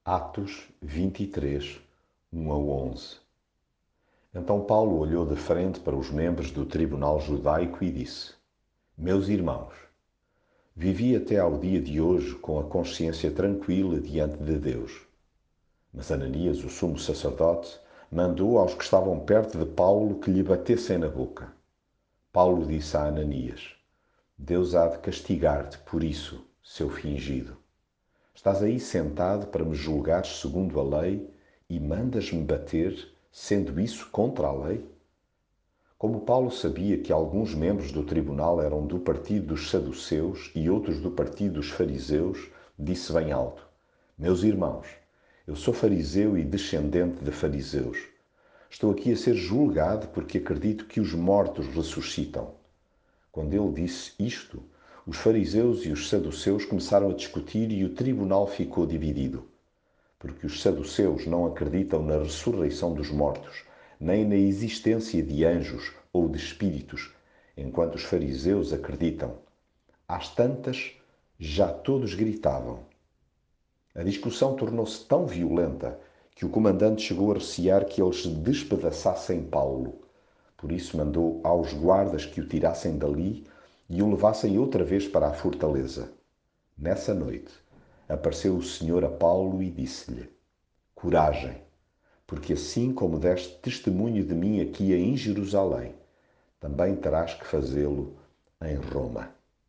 Atos 23, 1 a 11. Então Paulo olhou de frente para os membros do tribunal judaico e disse: Meus irmãos, vivi até ao dia de hoje com a consciência tranquila diante de Deus. Mas Ananias, o sumo sacerdote, mandou aos que estavam perto de Paulo que lhe batessem na boca. Paulo disse a Ananias: Deus há de castigar-te por isso, seu fingido. Estás aí sentado para me julgares segundo a lei e mandas-me bater, sendo isso contra a lei? Como Paulo sabia que alguns membros do tribunal eram do partido dos saduceus e outros do partido dos fariseus, disse bem alto: Meus irmãos, eu sou fariseu e descendente de fariseus. Estou aqui a ser julgado porque acredito que os mortos ressuscitam. Quando ele disse isto, os fariseus e os saduceus começaram a discutir e o tribunal ficou dividido. Porque os saduceus não acreditam na ressurreição dos mortos, nem na existência de anjos ou de espíritos, enquanto os fariseus acreditam. Às tantas, já todos gritavam. A discussão tornou-se tão violenta que o comandante chegou a recear que eles despedaçassem Paulo. Por isso mandou aos guardas que o tirassem dali e o levassem outra vez para a fortaleza. Nessa noite, apareceu o Senhor a Paulo e disse-lhe: Coragem, porque assim como deste testemunho de mim aqui em Jerusalém, também terás que fazê-lo em Roma.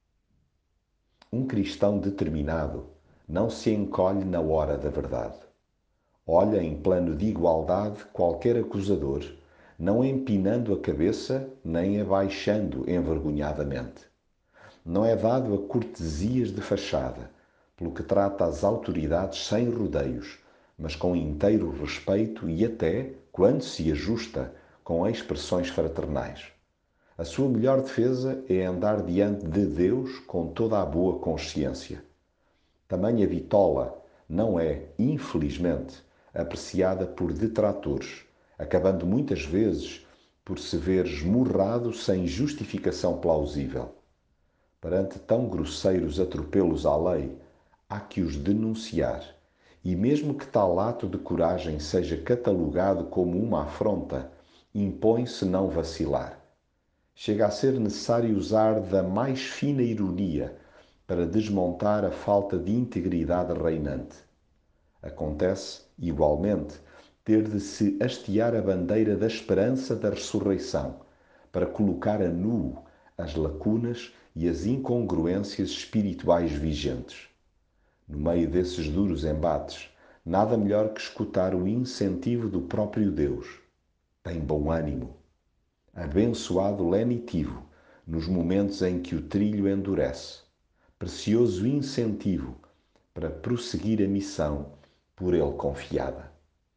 Um cristão determinado não se encolhe na hora da verdade. Olha em plano de igualdade qualquer acusador, não empinando a cabeça nem abaixando envergonhadamente. Não é dado a cortesias de fachada, pelo que trata as autoridades sem rodeios, mas com inteiro respeito e até, quando se ajusta, com expressões fraternais. A sua melhor defesa é andar diante de Deus com toda a boa consciência. Tamanha vitola não é, infelizmente, apreciada por detratores, acabando muitas vezes por se ver esmurrado sem justificação plausível. Perante tão grosseiros atropelos à lei, há que os denunciar, e mesmo que tal ato de coragem seja catalogado como uma afronta, impõe-se não vacilar. Chega a ser necessário usar da mais fina ironia para desmontar a falta de integridade reinante. Acontece, igualmente, ter de se hastear a bandeira da esperança da ressurreição, para colocar a nu as lacunas e as incongruências espirituais vigentes. No meio desses duros embates, nada melhor que escutar o incentivo do próprio Deus. Tem bom ânimo. Abençoado lenitivo nos momentos em que o trilho endurece. Precioso incentivo para prosseguir a missão por ele confiada.